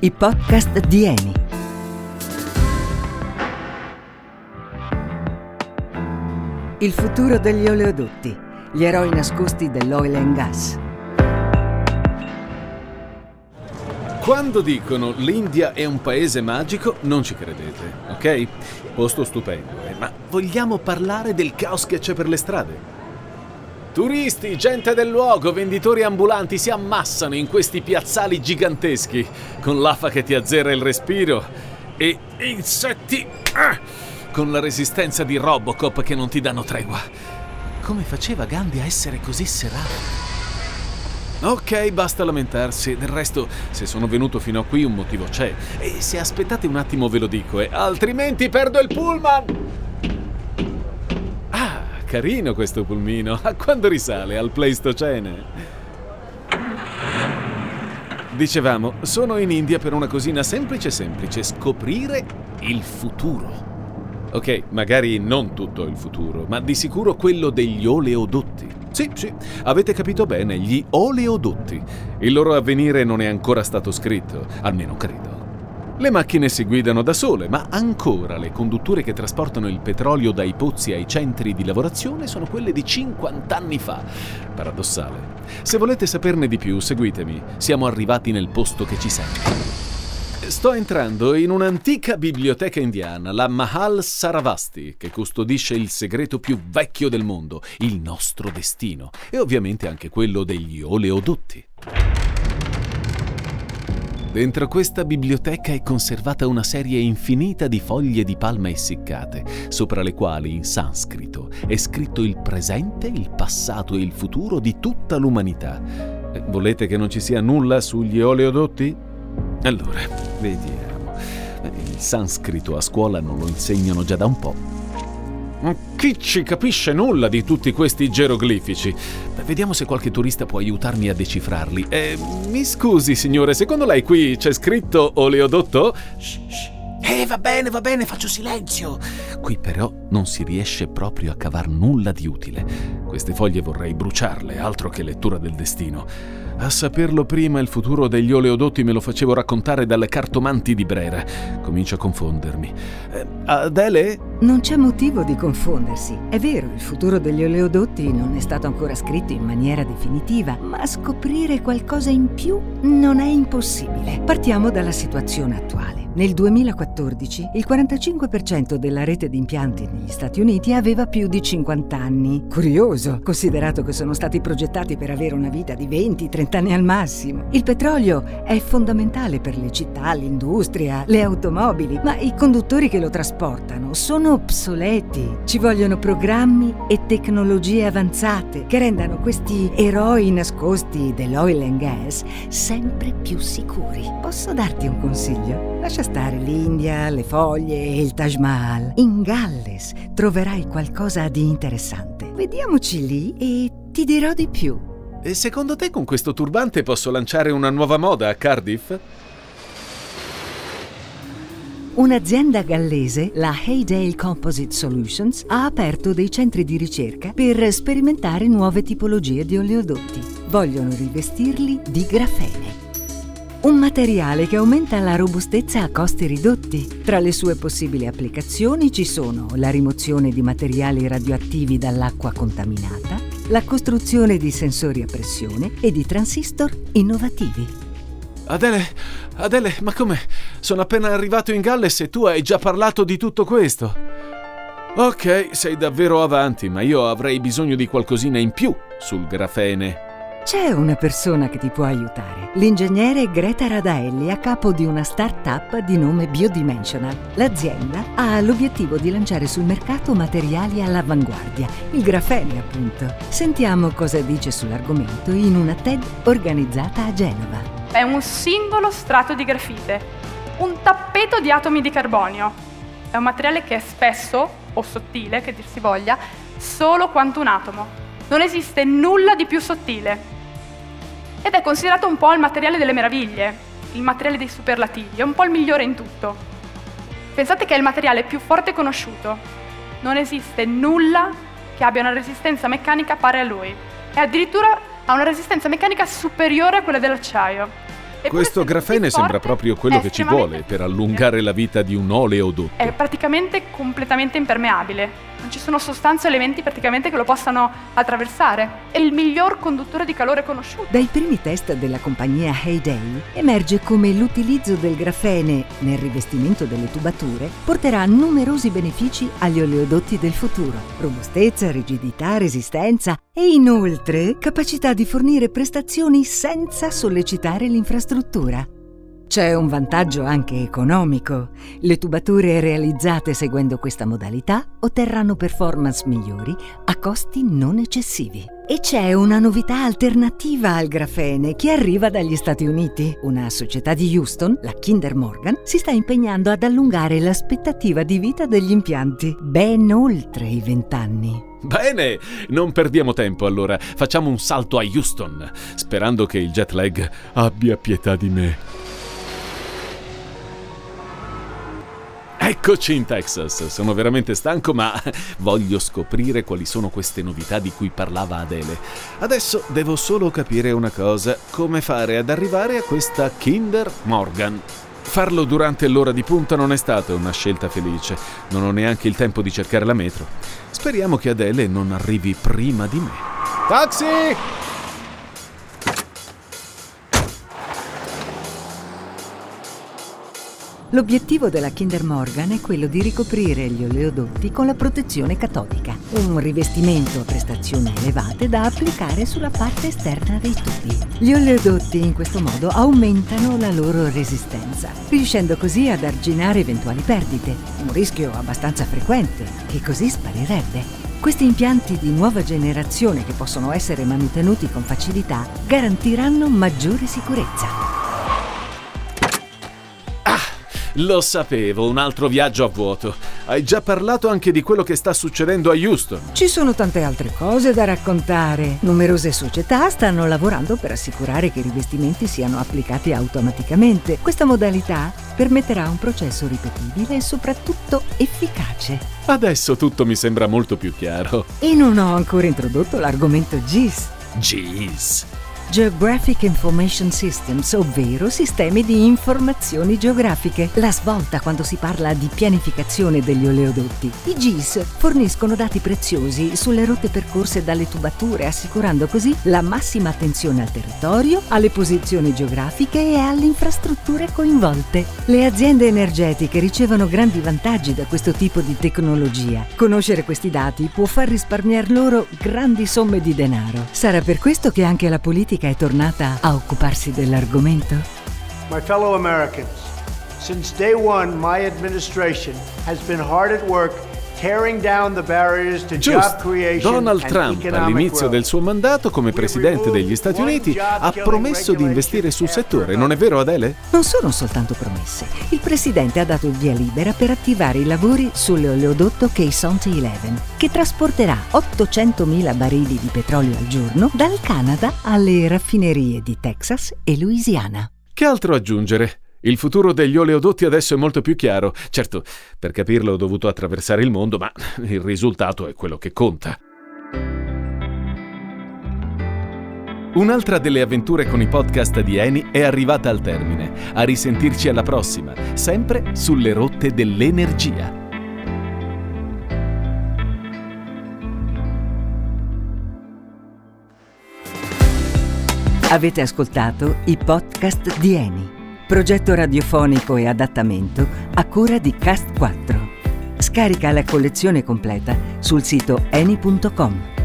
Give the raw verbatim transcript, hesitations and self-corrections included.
i podcast di Eni. Il futuro degli oleodotti, gli eroi nascosti dell'oil and gas. Quando dicono l'India è un paese magico, non ci credete, ok? Posto stupendo, eh? Ma vogliamo parlare del caos che c'è per le strade? Turisti, gente del luogo, venditori ambulanti si ammassano in questi piazzali giganteschi, con l'afa che ti azzera il respiro e insetti ah, con la resistenza di Robocop che non ti danno tregua. Come faceva Gandhi a essere così serrato? Ok, basta lamentarsi. Del resto, se sono venuto fino a qui un motivo c'è. E se aspettate un attimo ve lo dico, eh, altrimenti perdo il pullman! Ah, carino questo pulmino. A quando risale? Al Pleistocene? Dicevamo, sono in India per una cosina semplice semplice, scoprire il futuro. Ok, magari non tutto il futuro, ma di sicuro quello degli oleodotti. Sì, sì, avete capito bene, gli oleodotti. Il loro avvenire non è ancora stato scritto, almeno credo. Le macchine si guidano da sole, ma ancora le condutture che trasportano il petrolio dai pozzi ai centri di lavorazione sono quelle di cinquanta anni fa. Paradossale. Se volete saperne di più, seguitemi. Siamo arrivati nel posto che ci serve. Sto entrando in un'antica biblioteca indiana, la Mahal Saravasti, che custodisce il segreto più vecchio del mondo, il nostro destino, e ovviamente anche quello degli oleodotti. Dentro questa biblioteca è conservata una serie infinita di foglie di palma essiccate, sopra le quali in sanscrito è scritto il presente, il passato e il futuro di tutta l'umanità. Volete che non ci sia nulla sugli oleodotti? Allora, vediamo. Il sanscrito a scuola non lo insegnano già da un po'. Ma chi ci capisce nulla di tutti questi geroglifici? Beh, vediamo se qualche turista può aiutarmi a decifrarli. Eh, mi scusi, signore, secondo lei qui c'è scritto oleodotto? Shh, shh. Eh, va bene, va bene, faccio silenzio. Qui però non si riesce proprio a cavar nulla di utile. Queste foglie vorrei bruciarle, altro che lettura del destino. A saperlo prima, il futuro degli oleodotti me lo facevo raccontare dalle cartomanti di Brera. Comincio a confondermi. Eh, Adele? Non c'è motivo di confondersi. È vero, il futuro degli oleodotti non è stato ancora scritto in maniera definitiva, ma scoprire qualcosa in più non è impossibile. Partiamo dalla situazione attuale. Nel duemilaquattordici il quarantacinque per cento della rete di impianti negli Stati Uniti aveva più di cinquanta anni. Curioso, considerato che sono stati progettati per avere una vita di venti trenta anni al massimo. Il petrolio è fondamentale per le città, l'industria, le automobili, ma i conduttori che lo trasportano sono obsoleti. Ci vogliono programmi e tecnologie avanzate che rendano questi eroi nascosti dell'oil and gas sempre più sicuri. Posso darti un consiglio? Lascia stare l'India, le foglie e il Taj Mahal. In Galles troverai qualcosa di interessante. Vediamoci lì e ti dirò di più. E secondo te con questo turbante posso lanciare una nuova moda a Cardiff? Un'azienda gallese, la Haydale Composite Solutions, ha aperto dei centri di ricerca per sperimentare nuove tipologie di oleodotti. Vogliono rivestirli di grafene. Un materiale che aumenta la robustezza a costi ridotti. Tra le sue possibili applicazioni ci sono la rimozione di materiali radioattivi dall'acqua contaminata, la costruzione di sensori a pressione e di transistor innovativi. Adele, Adele, ma come? Sono appena arrivato in Galles e tu hai già parlato di tutto questo. Ok, sei davvero avanti, ma io avrei bisogno di qualcosina in più sul grafene. C'è una persona che ti può aiutare. L'ingegnere Greta Radaelli, a capo di una start-up di nome Biodimensional. L'azienda ha l'obiettivo di lanciare sul mercato materiali all'avanguardia, il grafene appunto. Sentiamo cosa dice sull'argomento in una TED organizzata a Genova. È un singolo strato di grafite, un tappeto di atomi di carbonio. È un materiale che è spesso, o sottile, che dir si voglia, solo quanto un atomo. Non esiste nulla di più sottile. Ed è considerato un po' il materiale delle meraviglie, il materiale dei superlativi, è un po' il migliore in tutto. Pensate che è il materiale più forte conosciuto. Non esiste nulla che abbia una resistenza meccanica pari a lui. E addirittura ha una resistenza meccanica superiore a quella dell'acciaio. Eppure Questo grafene sembra proprio quello che ci vuole per allungare la vita di un oleodotto. È praticamente completamente impermeabile. Non ci sono sostanze o elementi praticamente che lo possano attraversare. È il miglior conduttore di calore conosciuto. Dai primi test della compagnia Heyday emerge come l'utilizzo del grafene nel rivestimento delle tubature porterà numerosi benefici agli oleodotti del futuro. Robustezza, rigidità, resistenza e inoltre capacità di fornire prestazioni senza sollecitare l'infrastruttura. C'è un vantaggio anche economico. Le tubature realizzate seguendo questa modalità otterranno performance migliori a costi non eccessivi. E c'è una novità alternativa al grafene che arriva dagli Stati Uniti. Una società di Houston, la Kinder Morgan, si sta impegnando ad allungare l'aspettativa di vita degli impianti, ben oltre i vent'anni. Bene, non perdiamo tempo allora, facciamo un salto a Houston, sperando che il jet lag abbia pietà di me. Eccoci in Texas, sono veramente stanco ma voglio scoprire quali sono queste novità di cui parlava Adele. Adesso devo solo capire una cosa, come fare ad arrivare a questa Kinder Morgan. Farlo durante l'ora di punta non è stata una scelta felice, non ho neanche il tempo di cercare la metro. Speriamo che Adele non arrivi prima di me. Taxi! L'obiettivo della Kinder Morgan è quello di ricoprire gli oleodotti con la protezione catodica, un rivestimento a prestazioni elevate da applicare sulla parte esterna dei tubi. Gli oleodotti in questo modo aumentano la loro resistenza, riuscendo così ad arginare eventuali perdite, un rischio abbastanza frequente che così sparirebbe. Questi impianti di nuova generazione, che possono essere manutenuti con facilità, garantiranno maggiore sicurezza. Lo sapevo, un altro viaggio a vuoto. Hai già parlato anche di quello che sta succedendo a Houston. Ci sono tante altre cose da raccontare. Numerose società stanno lavorando per assicurare che i rivestimenti siano applicati automaticamente. Questa modalità permetterà un processo ripetibile e soprattutto efficace. Adesso tutto mi sembra molto più chiaro. E non ho ancora introdotto l'argomento G I S. G I S. Geographic Information Systems, ovvero sistemi di informazioni geografiche. La svolta quando si parla di pianificazione degli oleodotti. I G I S forniscono dati preziosi sulle rotte percorse dalle tubature, assicurando così la massima attenzione al territorio, alle posizioni geografiche e alle infrastrutture coinvolte. Le aziende energetiche ricevono grandi vantaggi da questo tipo di tecnologia. Conoscere questi dati può far risparmiar loro grandi somme di denaro. Sarà per questo che anche la politica è tornata a occuparsi dell'argomento? My fellow Americans, since day one my administration has been hard at work tearing down the barriers to job creation. Donald Trump all'inizio del suo mandato come presidente degli Stati Uniti ha promesso di investire sul settore, non è vero Adele? Non sono soltanto promesse. Il presidente ha dato il via libera per attivare i lavori sull'oleodotto Keysonte undici, che trasporterà ottocentomila barili di petrolio al giorno dal Canada alle raffinerie di Texas e Louisiana. Che altro aggiungere? Il futuro degli oleodotti adesso è molto più chiaro. Certo, per capirlo ho dovuto attraversare il mondo, ma il risultato è quello che conta. Un'altra delle avventure con i podcast di Eni è arrivata al termine. A risentirci alla prossima, sempre sulle rotte dell'energia. Avete ascoltato i podcast di Eni. Progetto radiofonico e adattamento a cura di Cast quattro. Scarica la collezione completa sul sito eni punto com.